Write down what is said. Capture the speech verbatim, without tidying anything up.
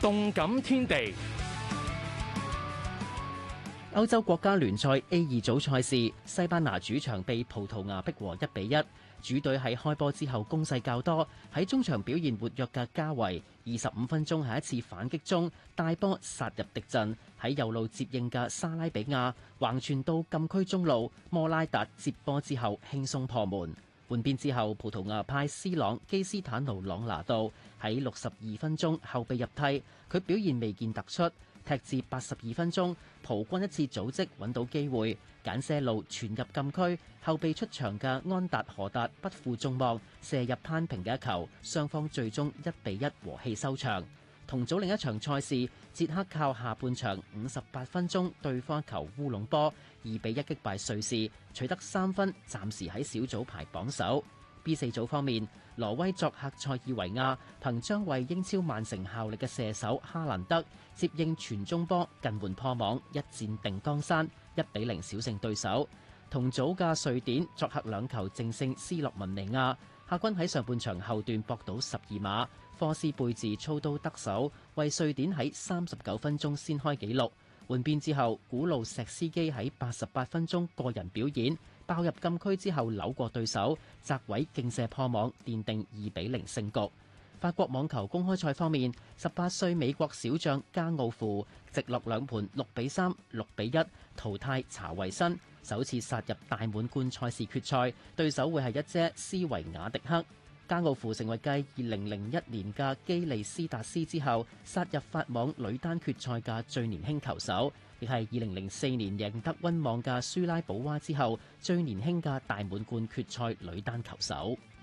動感天地。 歐洲國家聯賽 A 二組賽事，西班牙主場被葡萄牙逼和一比一。主隊喺開波之後攻勢較多，喺中場表現活躍嘅加維，二十五分鐘喺一次反擊中帶波殺入敵陣，喺右路接應嘅沙拉比亞橫傳到禁區中路，摩拉達接波之後輕鬆破門。換邊之後，葡萄牙派斯朗基斯坦奴朗拿度喺六十二分鐘後備入替，佢表現未見突出。踢至八十二分鐘，葡軍一次組織揾到機會，簡些路傳入禁區，後備出場嘅安達荷達不負眾望，射入攀平嘅一球，雙方最終一比一和氣收場。同組另一場賽事，捷克靠下半場五十八分鐘對方球烏龍波，二比一擊敗瑞士，取得三分，暫時喺小組排榜首。B 四組方面，挪威作客塞爾維亞，憑將為英超曼城效力嘅射手哈蘭德接應傳中波近門破網，一戰定江山，一比零小勝對手。同組嘅瑞典作客兩球淨勝斯洛文尼亞，客軍喺上半場後段搏到十二碼，科斯貝治操刀得手，為瑞典喺三十九分鐘先開紀錄。換邊之後，古路石斯基喺八十八分鐘個人表演，爆入禁區之後扭過對手，窄位勁射破網，奠定二比零勝局。法國網球公開賽方面，十八歲美國小將加奧芙直落兩盤六比三、六比一淘汰查維新，首次殺入大滿貫賽事決賽，對手會係一姐斯維亞迪克。加奧芙成為繼二零零一年嘅基利斯達斯之後殺入法網女單決賽嘅最年輕球手，亦係二零零四年贏得溫網嘅舒拉保娃之後最年輕嘅大滿貫決賽女單球手。